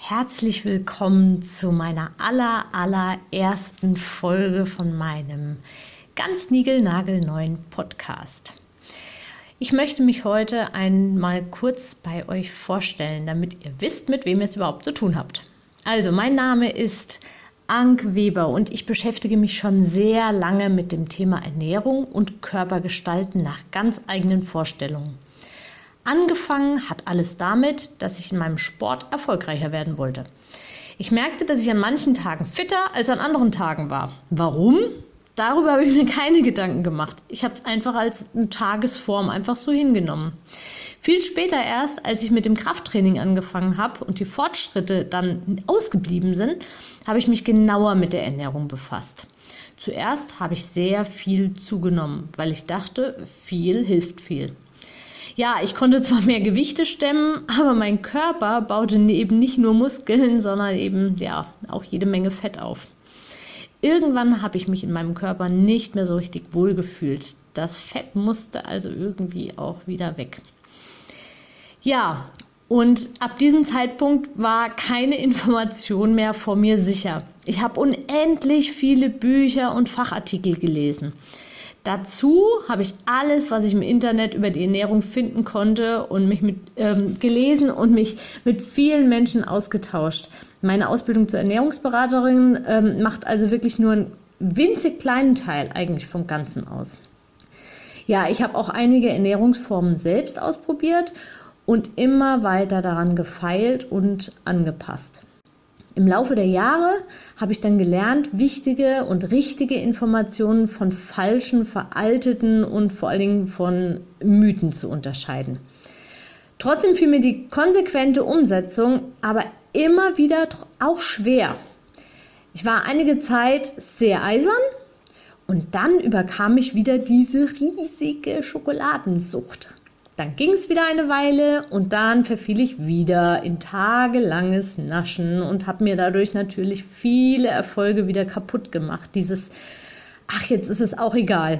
Herzlich willkommen zu meiner allerersten Folge von meinem ganz niegelnagelneuen Podcast. Ich möchte mich heute einmal kurz bei euch vorstellen, damit ihr wisst, mit wem ihr es überhaupt zu tun habt. Also, mein Name ist Ank Weber und ich beschäftige mich schon sehr lange mit dem Thema Ernährung und Körpergestalten nach ganz eigenen Vorstellungen. Angefangen hat alles damit, dass ich in meinem Sport erfolgreicher werden wollte. Ich merkte, dass ich an manchen Tagen fitter als an anderen Tagen war. Warum? Darüber habe ich mir keine Gedanken gemacht. Ich habe es einfach als eine Tagesform einfach so hingenommen. Viel später erst, als ich mit dem Krafttraining angefangen habe und die Fortschritte dann ausgeblieben sind, habe ich mich genauer mit der Ernährung befasst. Zuerst habe ich sehr viel zugenommen, weil ich dachte, viel hilft viel. Ja, ich konnte zwar mehr Gewichte stemmen, aber mein Körper baute eben nicht nur Muskeln, sondern eben auch jede Menge Fett auf. Irgendwann habe ich mich in meinem Körper nicht mehr so richtig wohl gefühlt. Das Fett musste also irgendwie auch wieder weg. Ja, und ab diesem Zeitpunkt war keine Information mehr vor mir sicher. Ich habe unendlich viele Bücher und Fachartikel gelesen. Dazu habe ich alles, was ich im Internet über die Ernährung finden konnte und mich gelesen und mich mit vielen Menschen ausgetauscht. Meine Ausbildung zur Ernährungsberaterin macht also wirklich nur einen winzig kleinen Teil eigentlich vom Ganzen aus. Ja, ich habe auch einige Ernährungsformen selbst ausprobiert und immer weiter daran gefeilt und angepasst. Im Laufe der Jahre habe ich dann gelernt, wichtige und richtige Informationen von falschen, veralteten und vor allen Dingen von Mythen zu unterscheiden. Trotzdem fiel mir die konsequente Umsetzung aber immer wieder auch schwer. Ich war einige Zeit sehr eisern und dann überkam mich wieder diese riesige Schokoladensucht. Dann ging es wieder eine Weile und dann verfiel ich wieder in tagelanges Naschen und habe mir dadurch natürlich viele Erfolge wieder kaputt gemacht. Jetzt ist es auch egal.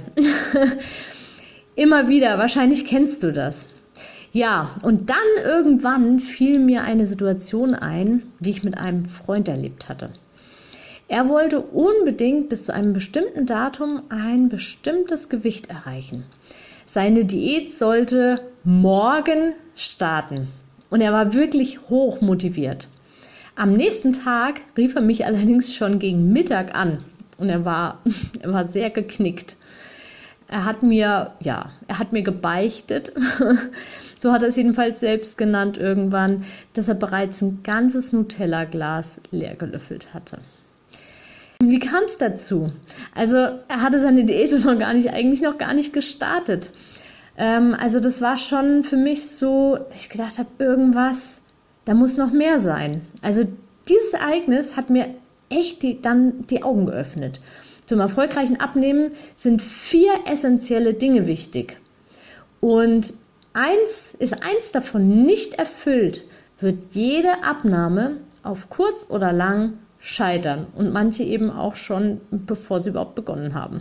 Immer wieder, wahrscheinlich kennst du das. Ja, und dann irgendwann fiel mir eine Situation ein, die ich mit einem Freund erlebt hatte. Er wollte unbedingt bis zu einem bestimmten Datum ein bestimmtes Gewicht erreichen. Seine Diät sollte morgen starten und er war wirklich hoch motiviert. Am nächsten Tag rief er mich allerdings schon gegen Mittag an und er war sehr geknickt. Er hat mir gebeichtet, so hat er es jedenfalls selbst genannt irgendwann, dass er bereits ein ganzes Nutella-Glas leer gelöffelt hatte. Wie kam es dazu? Also er hatte seine Diät eigentlich noch gar nicht gestartet. Also das war schon für mich so, ich gedacht habe, da muss noch mehr sein. Also dieses Ereignis hat mir echt dann die Augen geöffnet. Zum erfolgreichen Abnehmen sind 4 essentielle Dinge wichtig. Und ist eins davon nicht erfüllt, wird jede Abnahme auf kurz oder lang scheitern und manche eben auch schon, bevor sie überhaupt begonnen haben.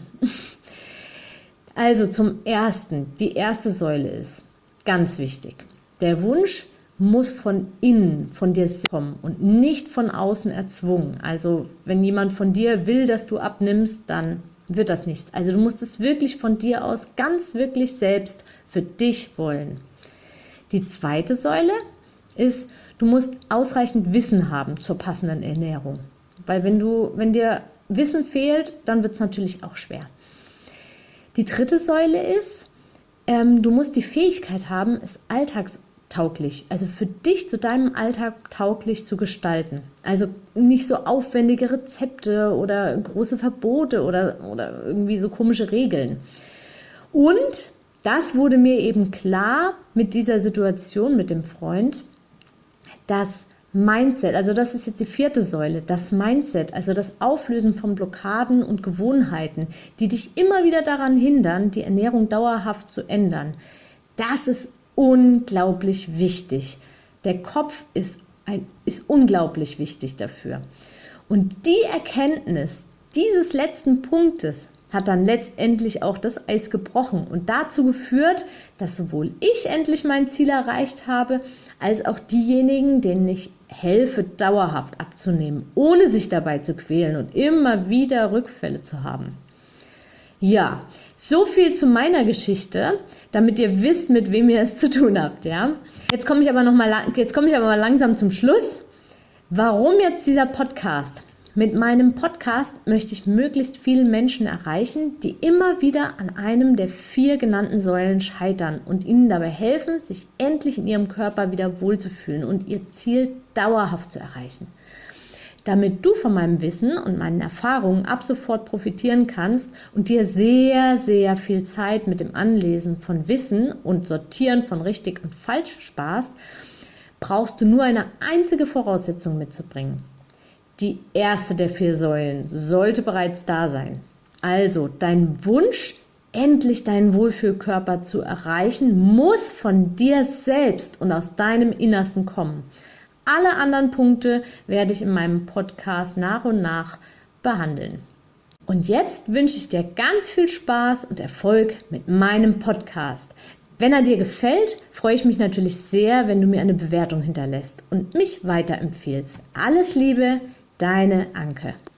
Also zum Ersten, die erste Säule ist ganz wichtig. Der Wunsch muss von innen, von dir kommen und nicht von außen erzwungen. Also wenn jemand von dir will, dass du abnimmst, dann wird das nichts. Also du musst es wirklich von dir aus ganz wirklich selbst für dich wollen. Die zweite Säule ist, du musst ausreichend Wissen haben zur passenden Ernährung. Weil wenn dir Wissen fehlt, dann wird es natürlich auch schwer. Die dritte Säule ist, du musst die Fähigkeit haben, es alltagstauglich, also für dich zu deinem Alltag tauglich zu gestalten. Also nicht so aufwendige Rezepte oder große Verbote oder irgendwie so komische Regeln. Und das wurde mir eben klar mit dieser Situation mit dem Freund, dass Mindset, also das ist jetzt die 4. Säule, das Mindset, also das Auflösen von Blockaden und Gewohnheiten, die dich immer wieder daran hindern, die Ernährung dauerhaft zu ändern. Das ist unglaublich wichtig. Der Kopf ist unglaublich wichtig dafür. Und die Erkenntnis dieses letzten Punktes hat dann letztendlich auch das Eis gebrochen und dazu geführt, dass sowohl ich endlich mein Ziel erreicht habe, als auch diejenigen, denen ich helfe, dauerhaft abzunehmen, ohne sich dabei zu quälen und immer wieder Rückfälle zu haben. Ja, so viel zu meiner Geschichte, damit ihr wisst, mit wem ihr es zu tun habt. Ja? Jetzt komme ich aber mal langsam zum Schluss. Warum jetzt dieser Podcast? Mit meinem Podcast möchte ich möglichst viele Menschen erreichen, die immer wieder an einem der 4 genannten Säulen scheitern und ihnen dabei helfen, sich endlich in ihrem Körper wieder wohlzufühlen und ihr Ziel dauerhaft zu erreichen. Damit du von meinem Wissen und meinen Erfahrungen ab sofort profitieren kannst und dir sehr, sehr viel Zeit mit dem Anlesen von Wissen und Sortieren von richtig und falsch sparst, brauchst du nur eine einzige Voraussetzung mitzubringen. Die erste der 4 Säulen sollte bereits da sein. Also dein Wunsch, endlich deinen Wohlfühlkörper zu erreichen, muss von dir selbst und aus deinem Innersten kommen. Alle anderen Punkte werde ich in meinem Podcast nach und nach behandeln. Und jetzt wünsche ich dir ganz viel Spaß und Erfolg mit meinem Podcast. Wenn er dir gefällt, freue ich mich natürlich sehr, wenn du mir eine Bewertung hinterlässt und mich weiterempfiehlst. Alles Liebe, deine Anke.